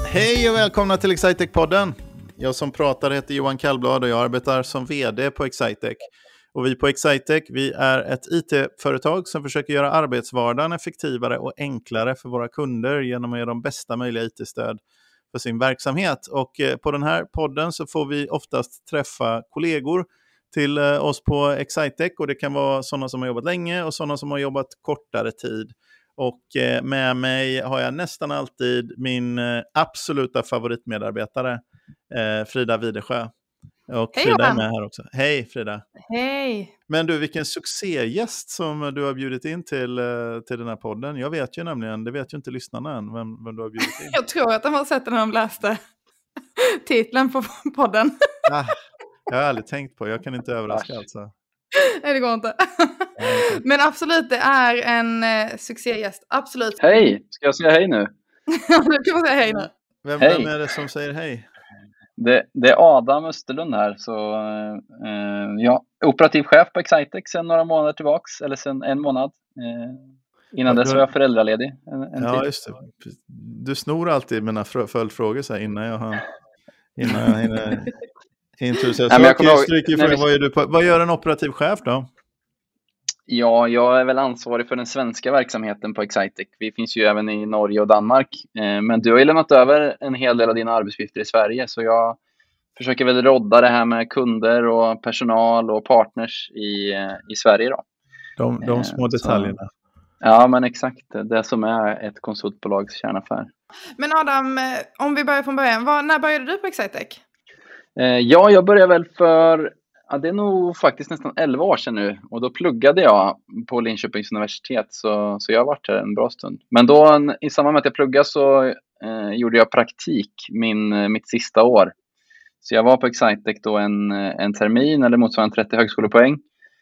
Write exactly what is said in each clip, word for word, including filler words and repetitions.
Hej och välkomna till Excitec-podden. Jag som pratar heter Johan Kallblad och jag arbetar som vd på Excitec. Och vi på Excitec, vi är ett I T-företag som försöker göra arbetsvardagen effektivare och enklare för våra kunder genom att ge dem bästa möjliga I T-stöd för sin verksamhet. Och på den här podden så får vi oftast träffa kollegor till oss på Excitec, och det kan vara sådana som har jobbat länge och sådana som har jobbat kortare tid. Och med mig har jag nästan alltid min absoluta favoritmedarbetare, Frida Widersjö. Och Hej, Frida Johan. är med här också. Hej Frida. Hej. Men du, vilken succégäst som du har bjudit in till, till den här podden. Jag vet ju nämligen, det vet ju inte lyssnarna än, vem, vem du har bjudit in. Jag tror att de har sett när de läste titeln på podden. Ah, jag har aldrig tänkt på, jag kan inte överraska alltså. Nej, det går inte. Men absolut, det är en eh, succégäst. Absolut. Hej, ska jag säga hej nu? Du kan säga hej nu. Vem, Hej. vem är det som säger hej? Det, det är Adam Österlund här. Så, eh, ja, operativ chef på Excitec sedan några månader tillbaks. Eller sedan en månad. Eh, innan dess var jag föräldraledig. En, en Ja, tid. just det. Du snor alltid mina fr- följdfrågor så här innan jag har... Innan jag hinner introducera. Nej, men jag kommer ihåg- Stryker nej, för, vi- vad, gör du på, vad gör en operativ chef då? Ja, jag är väl ansvarig för den svenska verksamheten på Excitec. Vi finns ju även i Norge och Danmark. Eh, men du har ju lämnat över en hel del av dina arbetsuppgifter i Sverige. Så jag försöker väl rodda det här med kunder och personal och partners i, eh, i Sverige då. De, de små Eh, så- detaljerna. Ja, men exakt. Det som är ett konsultbolags kärnaffär. Men Adam, eh, om vi börjar från början. Vad, när började du på Excitec? Eh, ja, jag började väl för, ja, det är nog faktiskt nästan elva år sedan nu. Och då pluggade jag på Linköpings universitet, så, så jag har varit här en bra stund. Men då i samband med att jag pluggade så eh, gjorde jag praktik min, mitt sista år. Så jag var på Excitec då en, en termin eller motsvarande trettio högskolepoäng.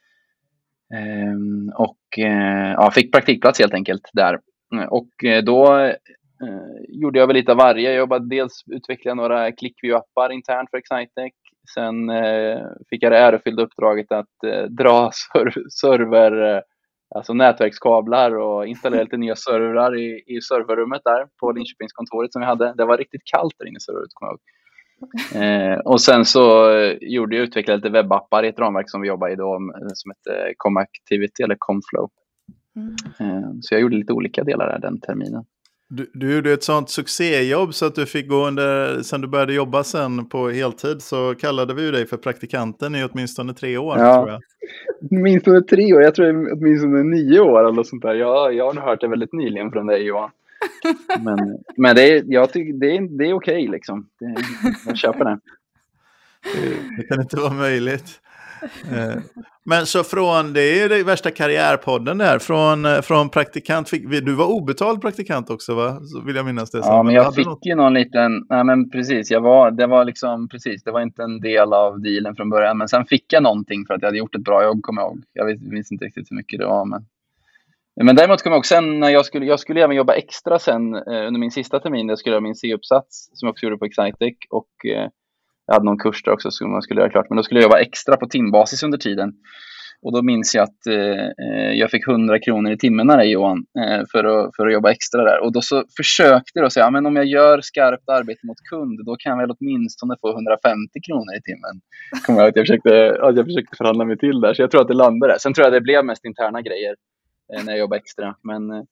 Ehm, och eh, ja, fick praktikplats helt enkelt där. Och eh, då eh, gjorde jag väl lite av varje. Jag jobbade dels utveckla några ClickView-appar internt för Excitec. Sen eh, fick jag det ärofyllda uppdraget att eh, dra ser- server, eh, alltså nätverkskablar och installera lite nya servrar i, i serverrummet där på Linköpingskontoret som vi hade. Det var riktigt kallt där inne i serverrummet, kommer jag ihåg. Eh, och sen så eh, gjorde jag utveckla lite webbappar i ett ramverk som vi jobbar i då, eh, som heter Comactivity eller Comflow. Mm. Eh, så jag gjorde lite olika delar där den terminen. Du, du gjorde ett sånt succéjobb så att du fick gå under, sen du började jobba sen på heltid, så kallade vi ju dig för praktikanten i åtminstone tre år, Ja. tror jag. Åtminstone tre år, jag tror åtminstone nio år eller sånt där. Jag, jag har nog hört det väldigt nyligen från dig, Johan. Men, men det är, jag tycker det är, det är okej liksom. Det, jag köper det. Det, det kan inte vara möjligt. Eh, Men så från, det är det värsta karriärpodden där, från, eh, från praktikant, fick, du var obetald praktikant också, va? Så vill jag minnas det. Ja, men jag hade fick något- ju någon liten, nej men precis, jag var, det var liksom, precis, det var inte en del av dealen från början, men sen fick jag någonting för att jag hade gjort ett bra jobb, kommer jag ihåg. Jag vet, minns inte riktigt hur mycket det var, men men däremot kommer jag ihåg sen när jag skulle, jag skulle även jobba extra sen eh, under min sista termin, där jag skulle göra min C-uppsats som jag också gjorde på Excitec, och eh, jag hade någon kurs där också som man skulle göra klart, men då skulle jag jobba extra på timbasis under tiden. Och då minns jag att eh, jag fick hundra kronor i timmen där, Johan, eh, för, att, för att jobba extra där. Och då så försökte jag säga, ja, men om jag gör skarpt arbete mot kund, då kan jag väl åtminstone få hundrafemtio kronor i timmen. Kommer jag att jag försökte, att jag försökte förhandla mig till där. Så jag tror att det landade där. Sen tror jag det blev mest interna grejer eh, när jag jobbade extra. Men eh,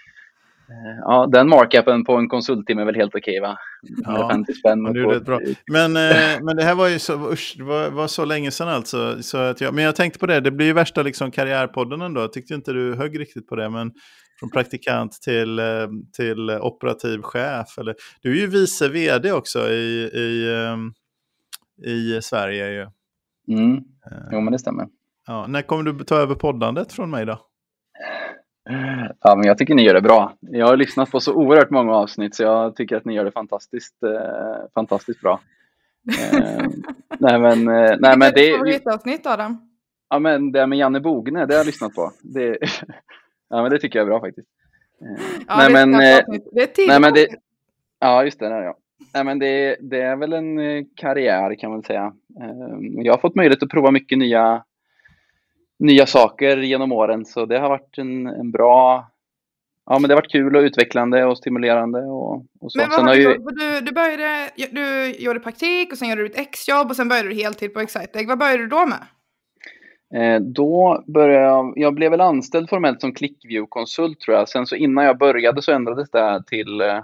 ja, den markupen på en konsulttimme är väl helt okej, va? hundrafemtio spänn. Ja, du gjorde ett bra. Men, eh, men det här var ju så, usch, det var, var så länge sedan alltså. Så att jag, men jag tänkte på det, det blir ju värsta liksom karriärpodden ändå. Jag tyckte inte du högg riktigt på det, men från praktikant till, eh, till operativ chef. Eller, du är ju vice vd också i, i, eh, i Sverige ju. Mm. Jo, men det stämmer. Ja, när kommer du ta över poddandet från mig då? Ja, men jag tycker ni gör det bra. Jag har lyssnat på så oerhört många avsnitt, så jag tycker att ni gör det fantastiskt, eh, fantastiskt bra. Eh, nej, men, eh, nej, men det... Favoritavsnitt, Adam? Ja, men det med Janne Bogne, det har jag lyssnat på. Det, ja, men det tycker jag är bra faktiskt. Eh, Ja, nej, det är men, ett eh, avsnitt. Det är tio nej, men det, avsnitt. ja, just det. Ja. Nej, men det, det är väl en eh, karriär, kan man säga. Eh, jag har fått möjlighet att prova mycket nya nya saker genom åren, så det har varit en, en bra ja, men det har varit kul och utvecklande och stimulerande. Och, och så. Men vad sen har har du, ju... du, du började, du gjorde praktik och sen gjorde du ett exjobb och sen började du heltid på Excitec. Vad började du då med? Eh, då började jag, jag blev väl anställd formellt som ClickView-konsult tror jag. Sen så innan jag började så ändrades det till, eh,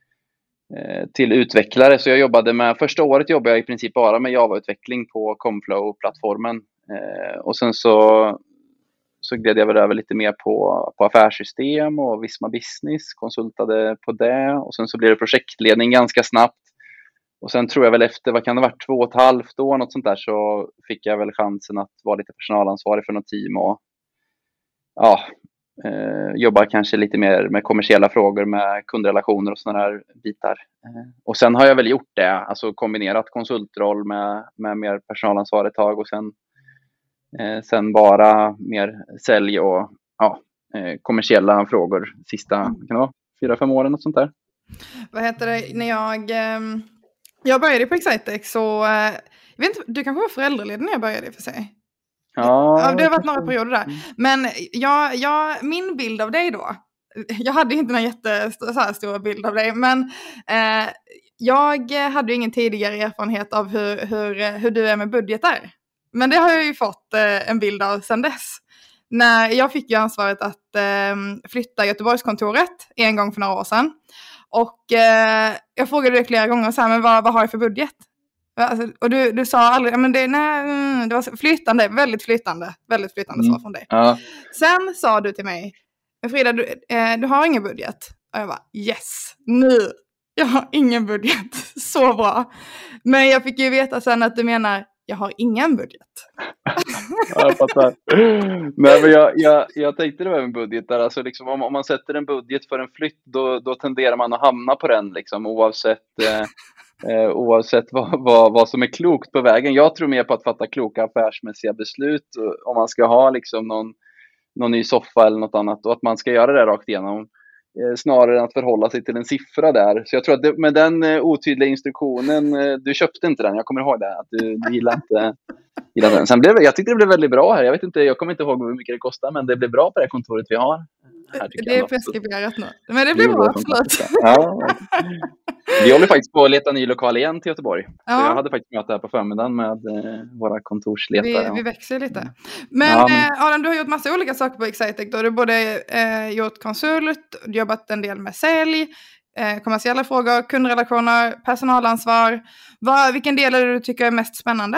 till utvecklare. Så jag jobbade med, första året jobbade jag i princip bara med Java-utveckling på Comflow-plattformen. Eh, och sen så, så gled jag väl över lite mer på, på affärssystem och Visma Business, konsultade på det. Och sen så blev det projektledning ganska snabbt. Och sen tror jag väl efter, vad kan det ha varit, två och ett halvt år, något sånt där, så fick jag väl chansen att vara lite personalansvarig för något team och ja, eh, jobba kanske lite mer med kommersiella frågor, med kundrelationer och sådana här bitar. Eh, och sen har jag väl gjort det, alltså kombinerat konsultroll med, med mer personalansvar ett tag och sen, eh, sen bara mer sälj och ja, eh, kommersiella frågor sista, kan det vara, fyra, fem åren och sånt där. Vad heter det, när jag... Eh... Jag började på Excitec så, jag vet inte, du kanske var föräldraledig när jag började i och för sig. Ja, ja, det har varit några perioder där. Men jag, jag, min bild av dig då, jag hade inte någon jättestor bild av dig, men eh, jag hade ju ingen tidigare erfarenhet av hur, hur, hur du är med budgetar. Men det har jag ju fått eh, en bild av sedan dess. När jag fick ju ansvaret att eh, flytta Göteborgskontoret en gång för några år sedan. Och eh, jag frågade dig flera gånger så här, men vad, vad har jag för budget? Alltså, och du, du sa aldrig, men det, nej, det var flytande, väldigt flytande, väldigt flytande svar från dig. Mm. Ja. Sen sa du till mig, Frida, du, eh, du har ingen budget. Och jag bara, yes, nu, jag har ingen budget, så bra. Men jag fick ju veta sen att du menar, jag har ingen budget. Ja, jag fattar. Nej, men jag, jag, jag tänkte det var en budget där. Alltså liksom, om, om man sätter en budget för en flytt, då, då tenderar man att hamna på den. Liksom, oavsett eh, oavsett vad, vad, vad som är klokt på vägen. Jag tror mer på att fatta kloka affärsmässiga beslut. Om man ska ha liksom, någon, någon ny soffa eller något annat. Och att man ska göra det rakt igenom. Snarare än att förhålla sig till en siffra där. Så jag tror att det, med den uh, otydliga instruktionen, uh, du köpte inte den, jag kommer ihåg det, att du, du gillade inte gillade den. Sen blev, jag tyckte det blev väldigt bra här, jag vet inte, jag kommer inte ihåg hur mycket det kostar, men det blev bra på det kontoret vi har. Här, det är preskriberat nu, men det blir bra, absolut. Ja. Vi håller faktiskt på att leta ny lokal igen till Göteborg. Ja. Så jag hade faktiskt möte här på förmiddagen med eh, våra kontorsletare. Vi, vi växer lite. Men, ja, men... Eh, Adam, du har gjort massa olika saker på Excitec. Du har både eh, gjort konsult, jobbat en del med sälj, eh, kommersiella frågor, kundrelationer, personalansvar. Vad, vilken del är det du tycker är mest spännande?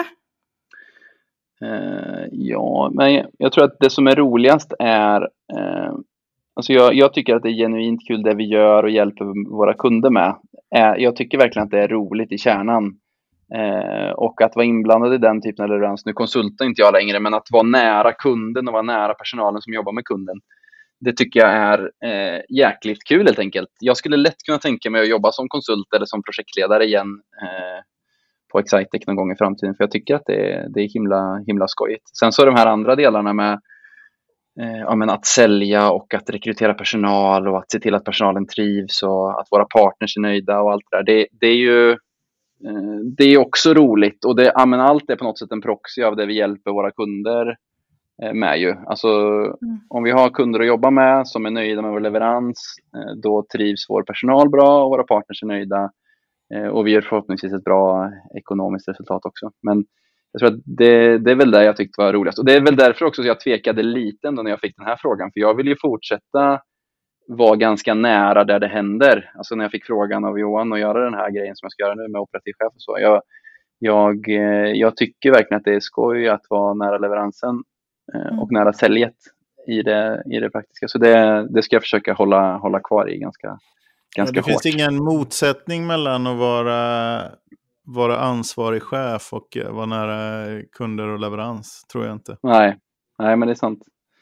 Eh, ja, men jag tror att det som är roligast är... Eh, Alltså jag, jag tycker att det är genuint kul det vi gör och hjälper våra kunder med. Eh, jag tycker verkligen att det är roligt i kärnan. Eh, och att vara inblandad i den typen av leverans. Nu konsultar inte jag längre, men att vara nära kunden och vara nära personalen som jobbar med kunden. Det tycker jag är eh, jäkligt kul helt enkelt. Jag skulle lätt kunna tänka mig att jobba som konsult eller som projektledare igen eh, på Excitec någon gång i framtiden. För jag tycker att det är, det är himla, himla skojigt. Sen så är de här andra delarna med Ja, men att sälja och att rekrytera personal och att se till att personalen trivs och att våra partners är nöjda och allt det där. Det, det är ju det är också roligt och det, ja, men allt är på något sätt en proxy av det vi hjälper våra kunder med ju. Alltså mm. om vi har kunder att jobba med som är nöjda med vår leverans, då trivs vår personal bra och våra partners är nöjda och vi gör förhoppningsvis ett bra ekonomiskt resultat också. Men jag tror att det, det är väl det jag tyckte var roligast. Och det är väl därför också jag tvekade lite ändå när jag fick den här frågan. För jag vill ju fortsätta vara ganska nära där det händer. Alltså när jag fick frågan av Johan att göra den här grejen som jag ska göra nu med operativchef och så. Jag, jag, jag tycker verkligen att det är skoj att vara nära leveransen eh, och nära säljet i det, i det praktiska. Så det, det ska jag försöka hålla, hålla kvar i ganska, ganska ja, det hårt. Det finns ingen motsättning mellan att vara... vara ansvarig chef och vara nära kunder och leverans, tror jag inte. Nej, nej men det är sant.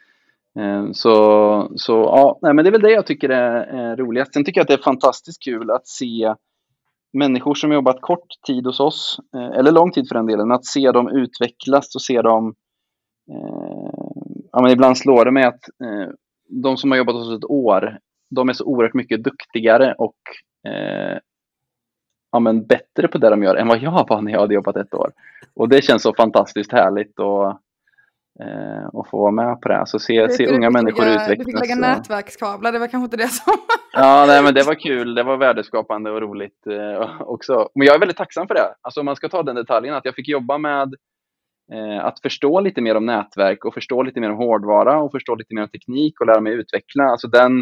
Så, så ja, nej, men det är väl det jag tycker är roligast. Sen tycker jag att det är fantastiskt kul att se människor som jobbat kort tid hos oss, eller lång tid för den delen, att se dem utvecklas och se dem, ja men ibland slår det mig att de som har jobbat hos oss ett år, de är så oerhört mycket duktigare och ja, men bättre på det de gör än vad jag var när jag hade jobbat ett år. Och det känns så fantastiskt härligt och eh, och få vara med på det. Så se, se unga du människor lägga, utvecklas. Du fick lägga och... nätverkskablar, det var kanske inte det som... Ja, nej, men det var kul. Det var värdeskapande och roligt eh, också. Men jag är väldigt tacksam för det. Alltså om man ska ta den detaljen att jag fick jobba med eh, att förstå lite mer om nätverk och förstå lite mer om hårdvara och förstå lite mer om teknik och lära mig utveckla. Alltså den,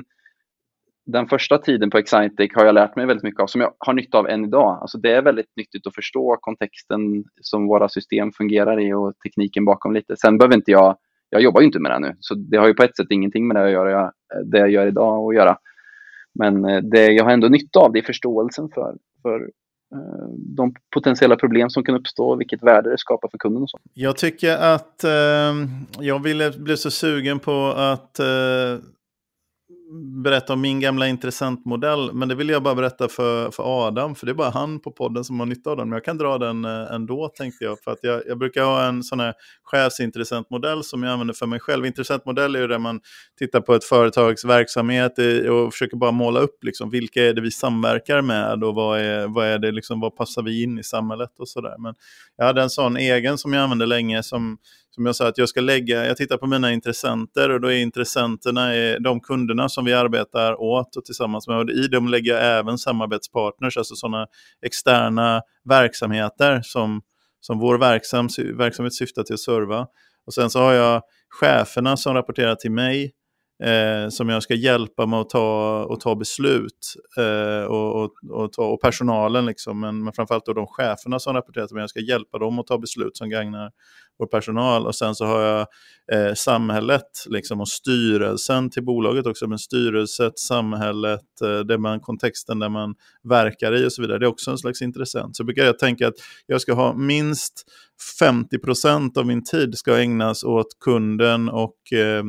den första tiden på Excitec har jag lärt mig väldigt mycket av som jag har nytta av än idag. Alltså det är väldigt nyttigt att förstå kontexten som våra system fungerar i och tekniken bakom lite. Sen behöver inte jag, jag jobbar ju inte med det nu. Så det har ju på ett sätt ingenting med det, att göra, det jag gör idag att göra. Men det jag har ändå nytta av det är förståelsen för, för eh, de potentiella problem som kan uppstå och vilket värde det skapar för kunden och så. Jag tycker att eh, jag ville bli så sugen på att eh, berätta om min gamla intressentmodell, men det vill jag bara berätta för, för Adam, för det är bara han på podden som har nytta av den, men jag kan dra den eh, ändå, tänkte jag, för att jag, jag brukar ha en sån här chefsintressentmodell som jag använder för mig själv. Intressentmodell är ju där man tittar på ett företags verksamhet i, och försöker bara måla upp liksom, vilka är det vi samverkar med och vad är, vad är det liksom, vad passar vi in i samhället och sådär. Men jag hade en sån egen som jag använde länge som Som jag sa, att jag ska lägga, jag tittar på mina intressenter och då är intressenterna är de kunderna som vi arbetar åt och tillsammans med. Och i dem lägger jag även samarbetspartners, alltså sådana externa verksamheter som, som vår verksam, verksamhet syftar till att serva. Och sen så har jag cheferna som rapporterar till mig eh, som jag ska hjälpa med att ta, och ta beslut eh, och, och, och, ta, och personalen liksom, men, men framförallt då de cheferna som rapporterar till mig, jag ska hjälpa dem att ta beslut som gagnar vår personal. Och sen så har jag eh, samhället liksom, och styrelsen till bolaget också, men styrelset, samhället, eh, där man, kontexten där man verkar i och så vidare, det är också en slags intressant. Så brukar jag tänka att jag ska ha minst femtio procent av min tid ska ägnas åt kunden och eh,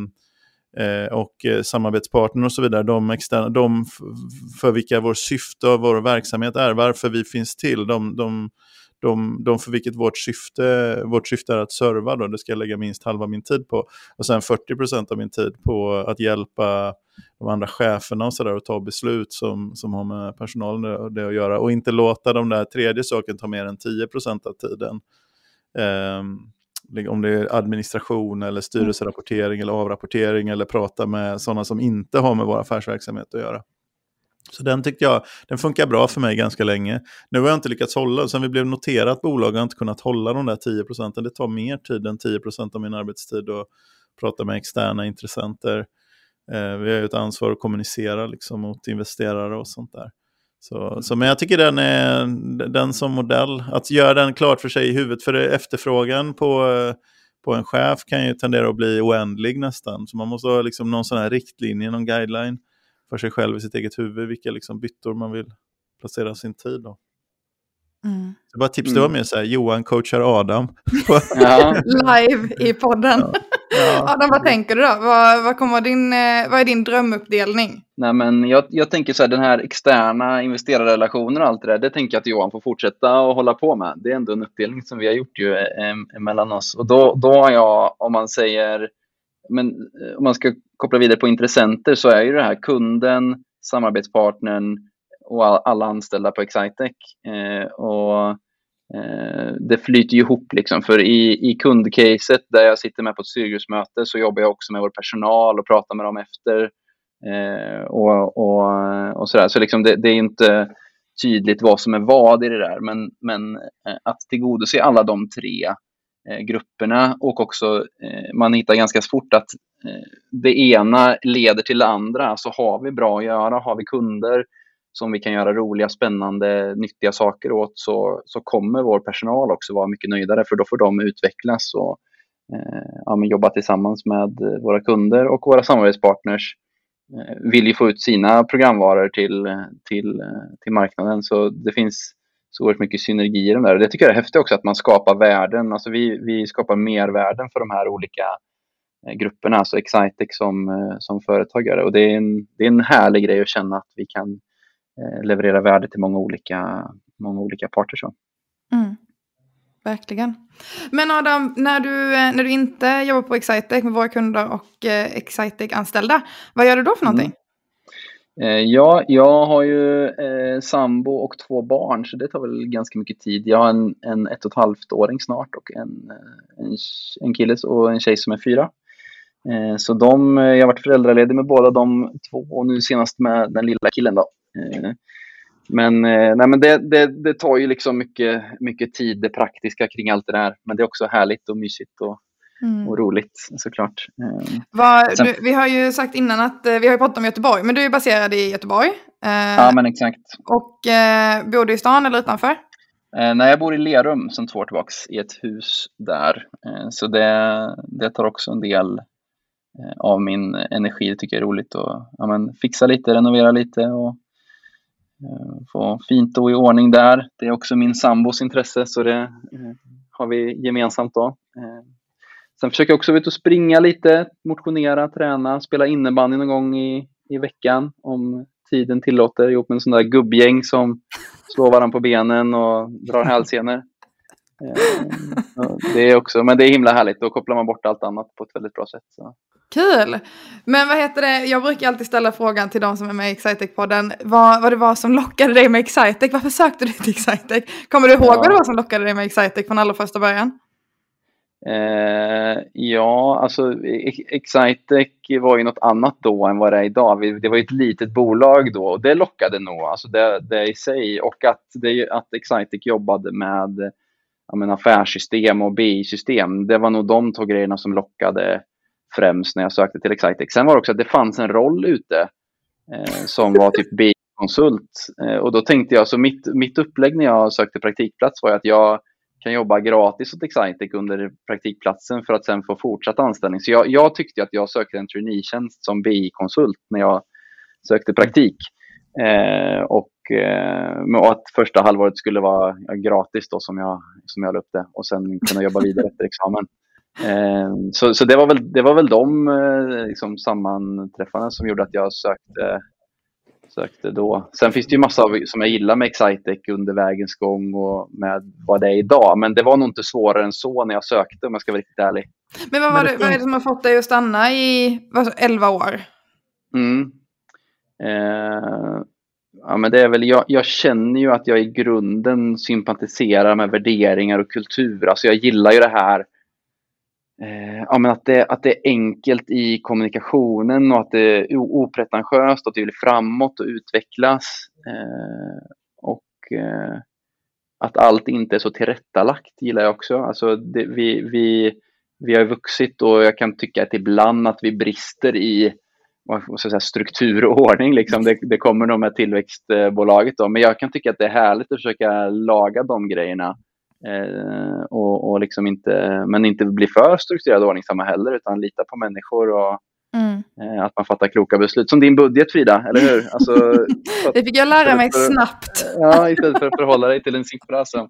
och samarbetspartner och så vidare, de, externa, de f- för vilka vår syfte och vår verksamhet är, varför vi finns till, de, de, de, de för vilket vårt syfte, vårt syfte är att serva, då, det ska jag lägga minst halva min tid på, och sen fyrtio procent av min tid på att hjälpa de andra cheferna och så där, och ta beslut som, som har med personalen det, det att göra, och inte låta de där tredje saken ta mer än tio procent av tiden. Um, om det är administration eller styrelserapportering eller avrapportering eller prata med sådana som inte har med vår affärsverksamhet att göra. Så den tyckte jag, den funkar bra för mig ganska länge. Nu har jag inte lyckats hålla, sen vi blev noterat bolag har jag inte kunnat hålla de där tio procenten. Det tar mer tid än tio procent av min arbetstid att prata med externa intressenter. Eh, vi har ju ett ansvar att kommunicera liksom, mot investerare och sånt där. Så, så, men jag tycker den är den som modell, att göra den klart för sig i huvudet, för efterfrågan på, på en chef kan ju tendera att bli oändlig nästan, så man måste ha liksom någon sån här riktlinje, någon guideline för sig själv i sitt eget huvud, vilka liksom byttor man vill placera sin tid då. Mm. Så bara tips, mm. det var mer så här, Johan coachar Adam. Ja. Live i podden. Ja. Ja. Adam, vad tänker du då? Vad, vad, kommer din, vad är din drömuppdelning? Nej, men jag, jag tänker så här, den här externa investerarrelationer och allt det där, det tänker jag att Johan får fortsätta och hålla på med. Det är ändå en uppdelning som vi har gjort ju eh, mellan oss. Och då, då har jag, om man säger, men om man ska koppla vidare på intressenter, så är ju det här kunden, samarbetspartnern och alla anställda på Excitec. Eh, och eh, det flyter ju ihop liksom. För i, i kundcaset där jag sitter med på ett styrgruppsmöte, så jobbar jag också med vår personal och pratar med dem efter. Eh, och, och, och sådär. Så liksom det, det är inte tydligt vad som är vad i det där. Men, men eh, att tillgodose alla de tre eh, grupperna, och också eh, man hittar ganska fort att eh, det ena leder till det andra. Så har vi bra att göra, har vi kunder som vi kan göra roliga, spännande, nyttiga saker åt, så, så kommer vår personal också vara mycket nöjdare, för då får de utvecklas och eh, ja, men jobba tillsammans med våra kunder, och våra samarbetspartners eh, vill ju få ut sina programvaror till, till, till marknaden. Så det finns så oerhört mycket synergier där. Det tycker jag är häftigt också, att man skapar värden. Alltså vi, vi skapar mervärden för de här olika grupperna, alltså Excitec som, som företagare. Och det är, en, det är en härlig grej att känna att vi kan leverera värde till många olika, många olika parter. Så. Mm, verkligen. Men Adam, när du, när du inte jobbar på Excitec med våra kunder och eh, Excitec-anställda, vad gör du då för någonting? Eh, ja, jag har ju eh, sambo och två barn, så det tar väl ganska mycket tid. Jag har en, en ett och ett halvt åring snart och en, en, en kille och en tjej som är fyra. Eh, så de, jag har varit föräldraledig med båda de två och nu senast med den lilla killen då. Eh, men eh, nej, men det, det, det tar ju liksom mycket, mycket tid, det praktiska kring allt det där. Men det är också härligt och mysigt och Mm. och roligt såklart. Var, Sen, du, vi har ju sagt innan att vi har ju pratat om Göteborg, men du är baserad i Göteborg. Eh, ja, men exakt. Och eh, bor du i stan eller utanför? Eh, nej, jag bor i Lerum som två år tillbaks i ett hus där. Eh, så det, det tar också en del eh, av min energi. Det tycker jag är roligt att ja, men, fixa lite, renovera lite och eh, få fint och i ordning där. Det är också min sambos intresse, så det eh, har vi gemensamt då. Eh, Sen försöker jag också ut och springa lite, motionera, träna, spela innebandy någon gång i, i veckan om tiden tillåter, ihop med en sån där gubbgäng som slår varandra på benen och drar hälsenor. Det är också, men det är himla härligt, då kopplar man bort allt annat på ett väldigt bra sätt. Så. Kul! Men vad heter det, jag brukar alltid ställa frågan till de som är med i Excitec-podden, vad, vad det var som lockade dig med Excitec? Varför sökte du till Excitec? Kommer du ihåg ja. vad det var som lockade dig med Excitec från allra första början? Eh, ja, alltså Excitec var ju något annat då än vad det är idag. Vi, det var ju ett litet bolag då och det lockade nog, alltså det, det i sig. Och att, det, att Excitec jobbade med jag menar, affärssystem och B I-system, det var nog de två grejerna som lockade främst när jag sökte till Excitec. Sen var det också att det fanns en roll ute eh, som var typ B I-konsult. Eh, och då tänkte jag, så mitt, mitt upplägg när jag sökte praktikplats var att jag kan jobba gratis åt Excitec under praktikplatsen för att sen få fortsatt anställning. Så jag, jag tyckte att jag sökte en trainee-tjänst som B I-konsult när jag sökte praktik. Eh, och, eh, och att första halvåret skulle vara gratis då som jag, som jag la upp det. Och sen kunna jobba vidare efter examen. Eh, så så det, var väl, det var väl de eh, liksom, sammanträffarna som gjorde att jag sökte sökte då. Sen finns det ju massa som jag gillar med Excitec under vägens gång och med vad det är idag. Men det var nog inte svårare än så när jag sökte, om jag ska vara riktigt ärlig. Men vad, var det, vad är det som har fått dig att stanna i elva år? Mm. Eh, ja, men det är väl, jag, jag känner ju att jag i grunden sympatiserar med värderingar och kultur. Alltså jag gillar ju det här. Eh, ja, men att, det, att det är enkelt i kommunikationen och att det är opretentiöst och att det vill framåt och utvecklas eh, och eh, att allt inte är så tillrättalagt gillar jag också. Alltså det, vi, vi, vi har vuxit och jag kan tycka att ibland att vi brister i vad ska jag säga, struktur och ordning. Liksom. Det, det kommer nog med tillväxtbolaget då. Men jag kan tycka att det är härligt att försöka laga de grejerna. Eh, och, och liksom inte, men inte bli för strukturerad och ordningsamma heller, utan lita på människor och mm. eh, att man fattar kloka beslut. Som din budget, Frida, eller hur? Alltså, det fick jag lära mig för, snabbt. Ja, istället för att förhålla dig till en siffra. Så.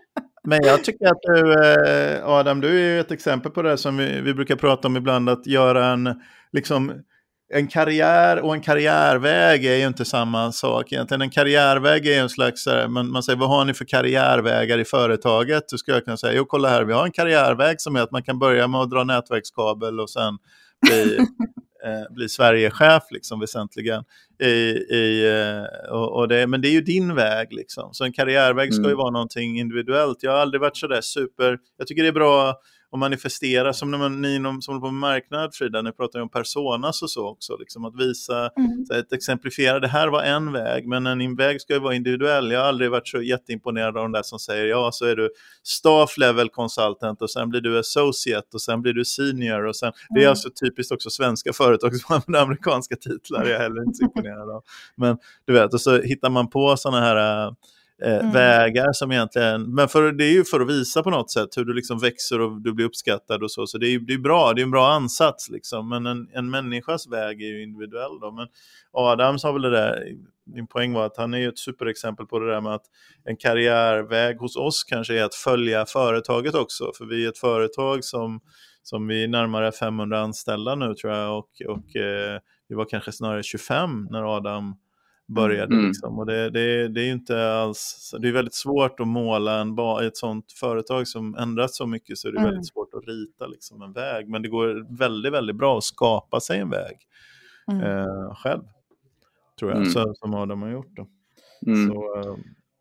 Men jag tycker att du, Adam, du är ju ett exempel på det som vi, vi brukar prata om ibland, att göra en liksom en karriär och en karriärväg är ju inte samma sak egentligen. En karriärväg är en slags, man, man säger, vad har ni för karriärvägar i företaget? Du ska jag kunna säga, jo kolla här, vi har en karriärväg som är att man kan börja med att dra nätverkskabel och sen bli, eh, bli Sverigechef liksom väsentligen. I, i, och, och det, men det är ju din väg liksom. Så en karriärväg ska ju vara någonting individuellt. Jag har aldrig varit så där super, jag tycker det är bra och manifestera, som när man, ni som håller på med marknad, Frida, ni pratar ju om personas och så också, liksom att visa, mm. så att exemplifiera, det här var en väg, men en väg ska ju vara individuell. Jag har aldrig varit så jätteimponerad av de där som säger, ja så är du staff level consultant och sen blir du associate och sen blir du senior och sen, mm. det är alltså typiskt också svenska företag som använder amerikanska titlar, jag är heller inte så imponerad av. Men du vet, och så hittar man på sådana här Eh, mm. vägar som egentligen, men för, det är ju för att visa på något sätt hur du liksom växer och du blir uppskattad och så, så det är ju det är bra, det är en bra ansats liksom, men en, en människas väg är ju individuell då. Men Adams har väl det där, din poäng var att han är ju ett superexempel på det där med att en karriärväg hos oss kanske är att följa företaget också, för vi är ett företag som, som vi är närmare femhundra anställda nu tror jag, och, och eh, vi var kanske snarare tjugofem när Adam började mm. liksom. Och det, det, det är ju inte alls, det är väldigt svårt att måla en ba, ett sånt företag som ändras så mycket, så är det mm. väldigt svårt att rita liksom en väg, men det går väldigt väldigt bra att skapa sig en väg mm. eh, själv. tror jag, mm. så, som Adam har gjort då. Mm. Så, uh...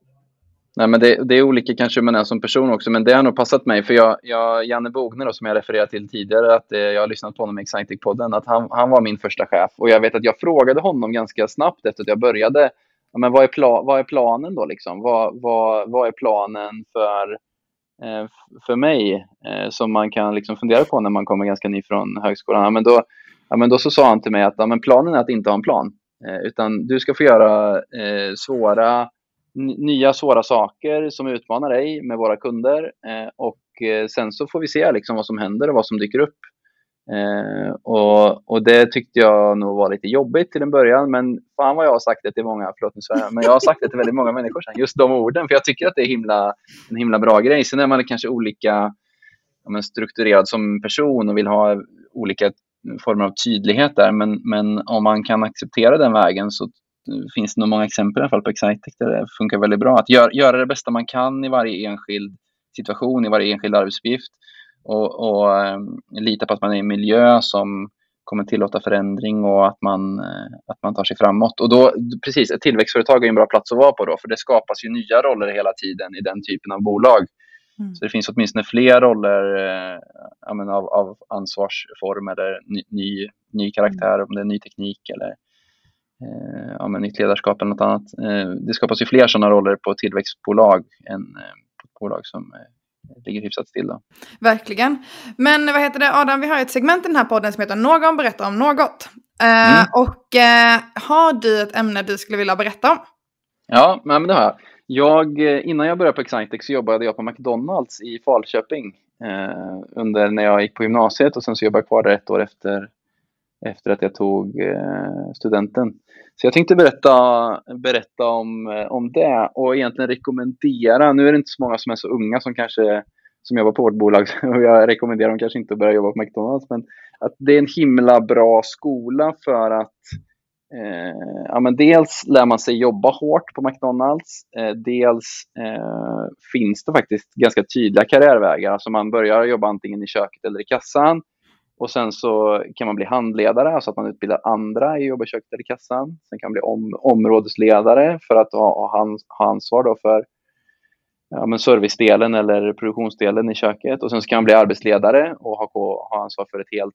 Nej, men det, det är olika kanske man är som person också, men det har nog passat mig, för jag, jag Janne Bogner då, som jag refererade till tidigare, att eh, jag har lyssnat på honom i Excitec-podden, att han, han var min första chef, och jag vet att jag frågade honom ganska snabbt efter att jag började, ja, men vad är, pla- vad är planen då liksom? Vad, vad, vad är planen för, eh, för mig eh, som man kan liksom fundera på när man kommer ganska ny från högskolan? Ja, men då, ja, men då så sa han till mig att ja, men planen är att inte ha en plan, eh, utan du ska få göra eh, svåra nya svåra saker som utmanar dig med våra kunder, eh, och eh, sen så får vi se liksom vad som händer och vad som dyker upp. Eh, och, och det tyckte jag nog var lite jobbigt till en början, men fan vad jag har sagt det till många, förlåt nu Sverige, men jag har sagt det till väldigt många människor sen, just de orden, för jag tycker att det är himla, en himla bra grej. Sen är man kanske olika, ja, men strukturerad som person och vill ha olika former av tydlighet där, men, men om man kan acceptera den vägen så finns det nog många exempel i alla fall på Excitec där det funkar väldigt bra. Att gör, göra det bästa man kan i varje enskild situation, i varje enskild arbetsuppgift, och, och um, lita på att man är i en miljö som kommer tillåta förändring och att man, uh, att man tar sig framåt. Och då, precis, ett tillväxtföretag är en bra plats att vara på då, för det skapas ju nya roller hela tiden i den typen av bolag. Mm. Så det finns åtminstone fler roller uh, ja, men av, av ansvarsform eller ny, ny, ny karaktär, mm. om det är ny teknik eller Eh, ja, men nytt ledarskap eller något annat. Eh, det skapas ju fler sådana roller på tillväxtbolag än eh, på ett bolag som eh, ligger hyfsat still då. Verkligen. Men vad heter det, Adam, vi har ett segment i den här podden som heter Någon berättar om något. Eh, mm. Och eh, har du ett ämne du skulle vilja berätta om? Ja, men det har jag. jag. Innan jag började på Excitec så jobbade jag på McDonalds i Falköping eh, under när jag gick på gymnasiet, och sen så jobbade jag kvar där ett år efter efter att jag tog eh, studenten. Så jag tänkte berätta, berätta om, om det och egentligen rekommendera, nu är det inte så många som är så unga som kanske som jobbar på vårt bolag, och jag rekommenderar dem kanske inte att börja jobba på McDonalds, men att det är en himla bra skola för att eh, ja, men dels lär man sig jobba hårt på McDonalds, eh, dels eh, finns det faktiskt ganska tydliga karriärvägar, alltså man börjar jobba antingen i köket eller i kassan. Och sen så kan man bli handledare, alltså att man utbildar andra i jobba i köket eller kassan. Sen kan man bli om, områdesledare för att ha, ha, ha ansvar då för ja, men servicedelen eller produktionsdelen i köket. Och sen så kan man bli arbetsledare och ha, ha ansvar för ett helt,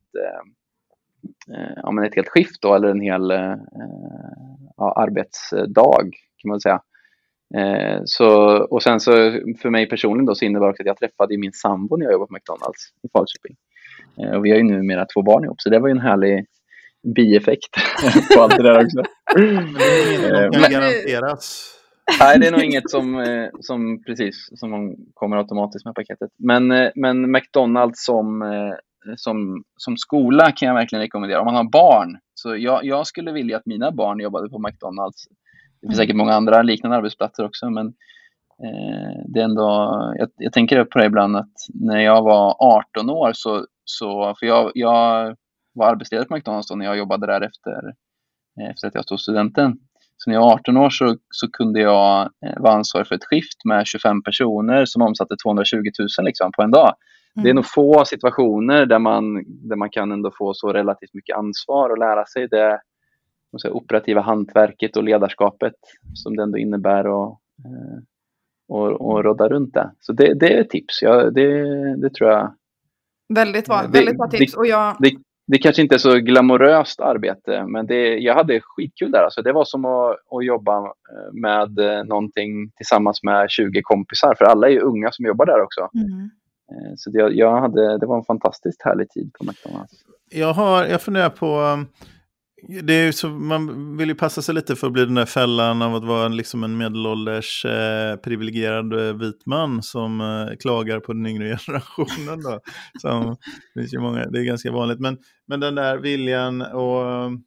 eh, ja, men ett helt skift då, eller en hel eh, ja, arbetsdag kan man säga. Eh, så, och sen så för mig personligen då så innebar det också att jag träffade min sambo när jag jobbade på McDonalds i Falköping. Och vi har ju numera två barn ihop, så det var ju en härlig bieffekt på allt det där också. Men det är inget som kan garanteras. Nej, det är nog inget som, som precis som kommer automatiskt med paketet. Men, men McDonalds som, som, som skola kan jag verkligen rekommendera. Om man har barn, så jag, jag skulle vilja att mina barn jobbade på McDonalds. Det finns säkert många andra liknande arbetsplatser också, men eh, det är ändå, jag, jag tänker på det ibland att när jag var arton år så Så, för jag, jag var arbetsledare på McDonalds då när jag jobbade där efter, efter att jag tog studenten. Så när jag var arton år så, så kunde jag vara ansvarig för ett skift med tjugofem personer som omsatte tvåhundratjugo tusen liksom på en dag. Mm. Det är nog få situationer där man, där man kan ändå få så relativt mycket ansvar och lära sig det säga, operativa hantverket och ledarskapet som det ändå innebär och, och, och rodda runt det. Så det, det är ett tips. Ja, det, det tror jag. Väldigt bra, det, väldigt bra tips. Det, och jag... det, det kanske inte är så glamoröst arbete, men det, jag hade skitkul där. Alltså, det var som att, att jobba med någonting tillsammans med tjugo kompisar, för alla är ju unga som jobbar där också. Mm. Så det, jag hade, det var en fantastiskt härlig tid på McDonalds. Jag, har, jag funderar på... Det är ju så, man vill ju passa sig lite för att bli den där fällan av att vara liksom en medelålders eh, privilegierad eh, vit man som eh, klagar på den yngre generationen då. Som, det finns ju många, det är ganska vanligt, men, men den där viljan och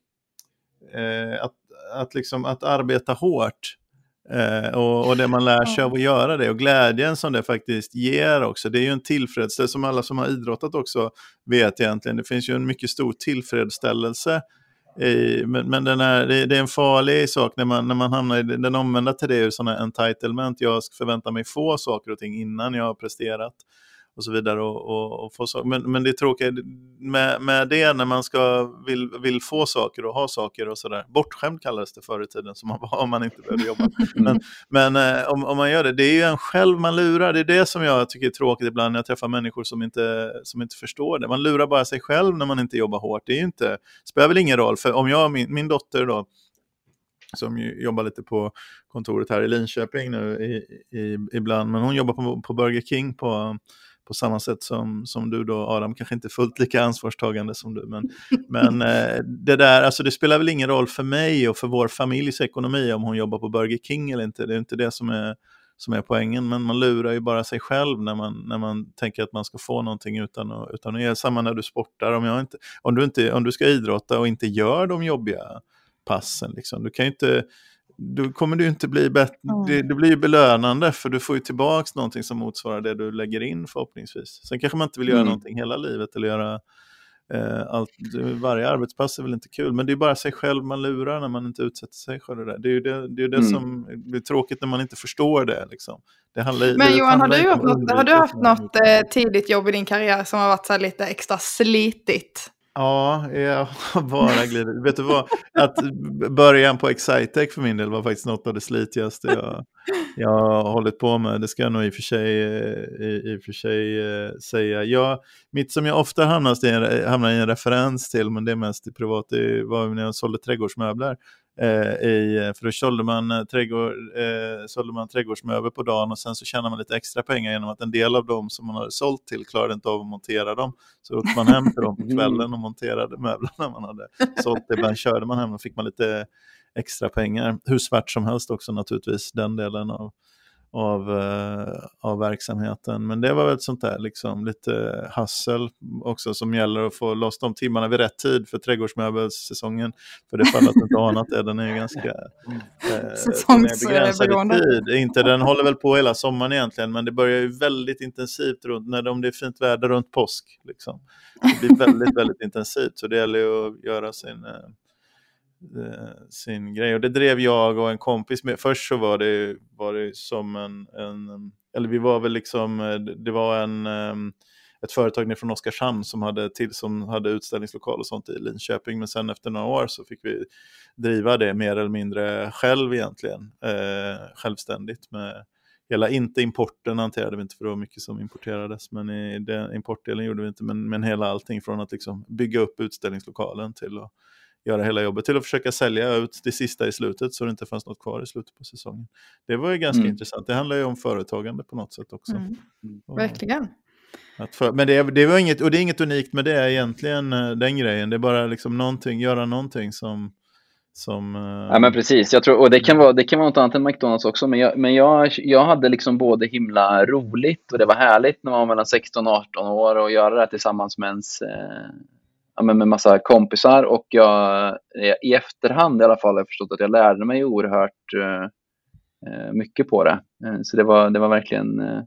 eh, att, att, liksom, att arbeta hårt eh, och, och det man lär sig av att göra det och glädjen som det faktiskt ger också, det är ju en tillfredsställelse som alla som har idrottat också vet egentligen. Det finns ju en mycket stor tillfredsställelse. Men, men den är, det, det är en farlig sak när man, när man hamnar i den omvända till det, är sådana entitlement. Jag förväntar mig få saker och ting innan jag har presterat. och så vidare och, och, och få saker. Men, men det är tråkigt med, med det när man ska vill, vill få saker och ha saker och sådär. Bortskämd kallades det förr i tiden som man var om man inte behövde jobba. Men, men eh, om, om man gör det, det är ju en själv man lurar. Det är det som jag tycker är tråkigt ibland när jag träffar människor som inte, som inte förstår det. Man lurar bara sig själv när man inte jobbar hårt. Det är ju inte, spelar väl ingen roll. För om jag, min, min dotter då, som ju jobbar lite på kontoret här i Linköping nu i, i, ibland, men hon jobbar på, på Burger King på, på samma sätt som, som du då, Adam, kanske inte fullt lika ansvarstagande som du, men, men eh, det där, alltså det spelar väl ingen roll för mig och för vår familjs ekonomi om hon jobbar på Burger King eller inte, det är inte det som är, som är poängen, men man lurar ju bara sig själv när man, när man tänker att man ska få någonting utan att, utan att göra samma när du sportar, om, jag inte, om, du inte, om du ska idrotta och inte gör de jobbiga passen liksom. Du kan ju inte, då kommer du inte bli bättre, mm. det, det blir ju belönande för du får ju tillbaks någonting som motsvarar det du lägger in förhoppningsvis. Sen kanske man inte vill göra mm. någonting hela livet eller göra eh, allt, varje arbetspass är väl inte kul, men det är bara sig själv man lurar när man inte utsätter sig för det där. Det är ju det, det, är det mm. som blir tråkigt när man inte förstår det liksom. Det handlar, men det Johan, har du, haft något, har du haft något eh, tidigt jobb i din karriär som har varit så här lite extra slitigt? Ja, jag har bara glidit. Vet du vad? Att början på Excitec för min del var faktiskt något av det slitigaste jag, jag har hållit på med. Det ska jag nog i och för sig, i, i och för sig säga. Jag, mitt som jag ofta hamnar i, en, hamnar i en referens till, men det är mest i privat, det var när jag sålde trädgårdsmöbler. Eh, i, för då sålde man, trädgård, eh, sålde man trädgårdsmöbler på dagen och sen så tjänar man lite extra pengar genom att en del av dem som man hade sålt till klarade inte av att montera dem, så åkte man hem till dem på kvällen och monterade möblerna man hade sålt. Ibland körde man hem och fick man lite extra pengar, hur svart som helst också naturligtvis, den delen av Av, uh, av verksamheten. Men det var väl ett sånt där liksom, lite hassel också som gäller att få loss de timmarna vid rätt tid för trädgårdsmöbelsäsongen. För det fall att inte anat är den är ju ganska uh, begränsad i tid. Inte, den håller väl på hela sommaren egentligen, men det börjar ju väldigt intensivt runt, när det är fint väder runt påsk. Liksom. Det blir väldigt, väldigt intensivt, så det gäller ju att göra sin... Uh, sin grej, och det drev jag och en kompis med. Först så var det, var det som en, en eller vi var väl liksom, det var en ett företag från Oskarshamn som hade till som hade utställningslokal och sånt i Linköping, men sen efter några år så fick vi driva det mer eller mindre själv egentligen, eh, självständigt med hela, inte importen hanterade vi inte för det var mycket som importerades, men i den importdelen gjorde vi inte, men, men hela allting från att liksom bygga upp utställningslokalen till att göra hela jobbet, till att försöka sälja ut det sista i slutet så det inte fanns något kvar i slutet på säsongen. Det var ju ganska mm. intressant. Det handlar ju om företagande på något sätt också. Mm. Och, verkligen. Att för, men det, det var inget, och det är inget unikt med det egentligen, den grejen. Det är bara liksom någonting, göra någonting som... som ja, men precis. Jag tror, och det kan vara, det kan vara något annat än McDonalds också, men jag, men jag, jag hade liksom både himla roligt och det var härligt när man var mellan sexton och arton år och göra det tillsammans med ens... Eh, Ja, men med massa kompisar, och jag i efterhand i alla fall har jag förstått att jag lärde mig oerhört uh, mycket på det. Uh, så det var, det var verkligen uh,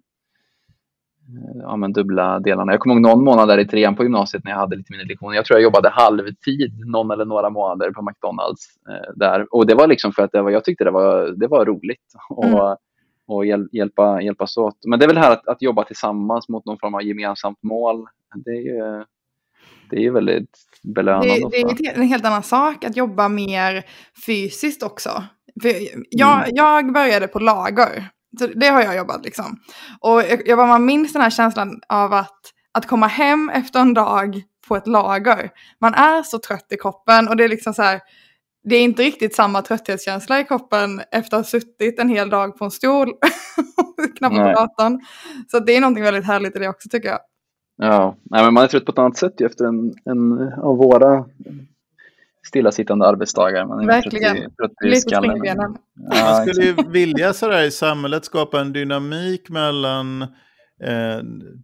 ja, men dubbla delarna. Jag kommer ihåg någon månad där i trean på gymnasiet när jag hade lite mindre lektioner. Jag tror jag jobbade halvtid någon eller några månader på McDonalds uh, där. Och det var liksom för att det var, jag tyckte det var, det var roligt och, mm. och hjäl, hjälpa, hjälpas åt. Men det är väl här att, att jobba tillsammans mot någon form av gemensamt mål. Det är ju... Det är ju väldigt belönande. Det, det är en helt annan sak att jobba mer fysiskt också. För jag, mm. jag började på lager. Så det har jag jobbat liksom. Och jag, jag man minns den här känslan av att, att komma hem efter en dag på ett lager. Man är så trött i kroppen och det är liksom så här, det är inte riktigt samma trötthetskänsla i kroppen efter att ha suttit en hel dag på en stol och knappat på datorn. Så det är någonting väldigt härligt i det också, tycker jag. Ja, nej, men man är trött på ett annat sätt ju efter en, en av våra stillasittande arbetsdagar. Man är verkligen. Trött i, trött i Lite springbenen. Ja, man skulle ju vilja sådär i samhället skapa en dynamik mellan... Eh,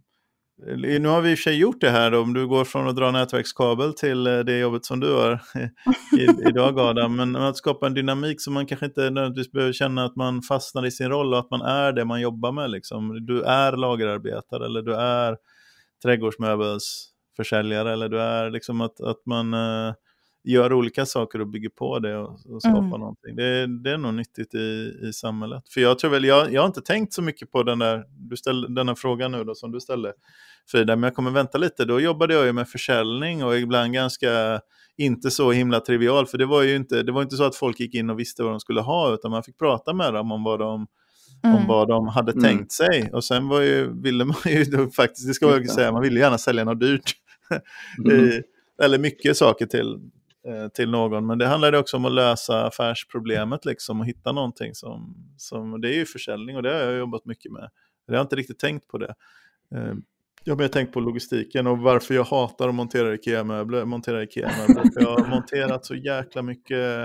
nu har vi i och för sig gjort det här då, om du går från att dra nätverkskabel till det jobbet som du har i, idag, Adam. Men att skapa en dynamik som man kanske inte nödvändigtvis behöver känna att man fastnar i sin roll och att man är det man jobbar med. Liksom. Du är lagerarbetare eller du är trädgårdsmöbelsförsäljare eller du är liksom att, att man uh, gör olika saker och bygger på det och, och skapar Mm. någonting. Det, det är nog nyttigt i, i samhället. För jag tror väl, jag, jag har inte tänkt så mycket på den där, du ställ, den här frågan nu då som du ställde, Frida, men jag kommer vänta lite. Då jobbade jag ju med försäljning och ibland ganska inte så himla trivial, för det var ju inte, det var inte så att folk gick in och visste vad de skulle ha, utan man fick prata med dem om vad de Mm. om vad de hade Mm. tänkt sig. Och sen var ju, ville man ju då, faktiskt, det ska jag säga, man ville gärna sälja något dyrt. Mm. Eller mycket saker till, eh, till någon. Men det handlade också om att lösa affärsproblemet liksom, och hitta någonting som, som, det är ju försäljning och det har jag jobbat mycket med. Jag har inte riktigt tänkt på det. Eh, jag har mer tänkt på logistiken och varför jag hatar att montera IKEA-möbler. Montera IKEA-möbler. För jag har monterat så jäkla mycket,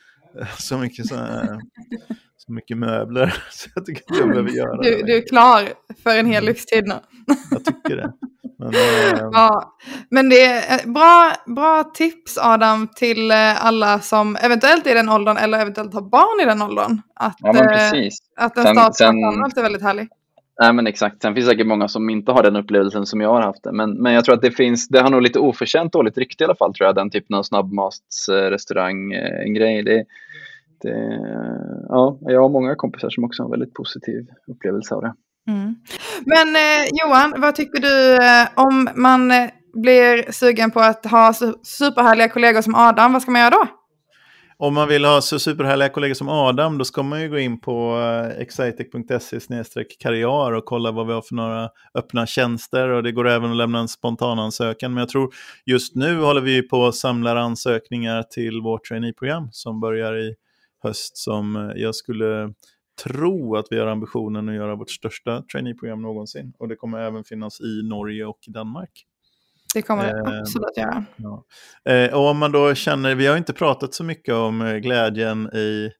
så mycket så här, så mycket möbler, så jag tycker att jag behöver göra du, det. du är klar för en hel livstid nu. Jag tycker det. Men, äh... ja, men det är bra, bra tips, Adam, till alla som eventuellt är i den åldern eller eventuellt har barn i den åldern. Att, ja, men precis. att en Sen- start sen- är väldigt härlig. Nej, men exakt. Sen finns det säkert många som inte har den upplevelsen som jag har haft det. Men, men jag tror att det finns, det har nog lite oförtjänt dåligt rykte i alla fall, tror jag, den typen av snabbmatsrestaurang, eh, en grej. Det, det, ja, jag har många kompisar som också har en väldigt positiv upplevelse av det. Mm. Men eh, Johan, vad tycker du eh, om man eh, blir sugen på att ha su- superhärliga kollegor som Adam, vad ska man göra då? Om man vill ha så superhärliga kollegor som Adam, då ska man ju gå in på uh, excitec punkt se slash karriär och kolla vad vi har för några öppna tjänster, och det går även att lämna en spontan ansökan. Men jag tror just nu håller vi på att samla ansökningar till vårt traineeprogram som börjar i höst, som jag skulle tro att vi har ambitionen att göra vårt största traineeprogram någonsin. Och det kommer även finnas i Norge och Danmark. Det kommer det Eh, absolut göra. Ja. Eh, och om man då känner, vi har inte pratat så mycket om eh, glädjen i,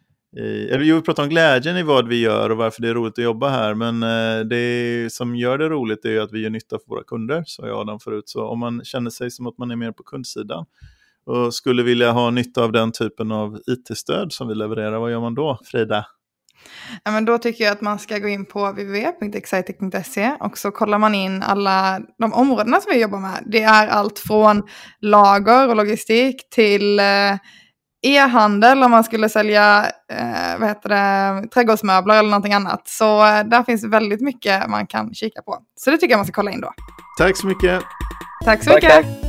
i eller jo, vi pratar om glädjen i vad vi gör och varför det är roligt att jobba här, men eh, det som gör det roligt är ju att vi gör nytta för våra kunder, så jag Adam förut. Så om man känner sig som att man är mer på kundsidan och skulle vilja ha nytta av den typen av I T-stöd som vi levererar, vad gör man då, Frida? Ja, men då tycker jag att man ska gå in på w w w punkt excitec punkt se och så kollar man in alla de områdena som vi jobbar med. Det är allt från lager och logistik till eh, e-handel om man skulle sälja eh, vad heter det, trädgårdsmöbler eller någonting annat. Så eh, där finns väldigt mycket man kan kika på. Så det tycker jag man ska kolla in då. Tack så mycket! Tack så Tack, mycket! tack.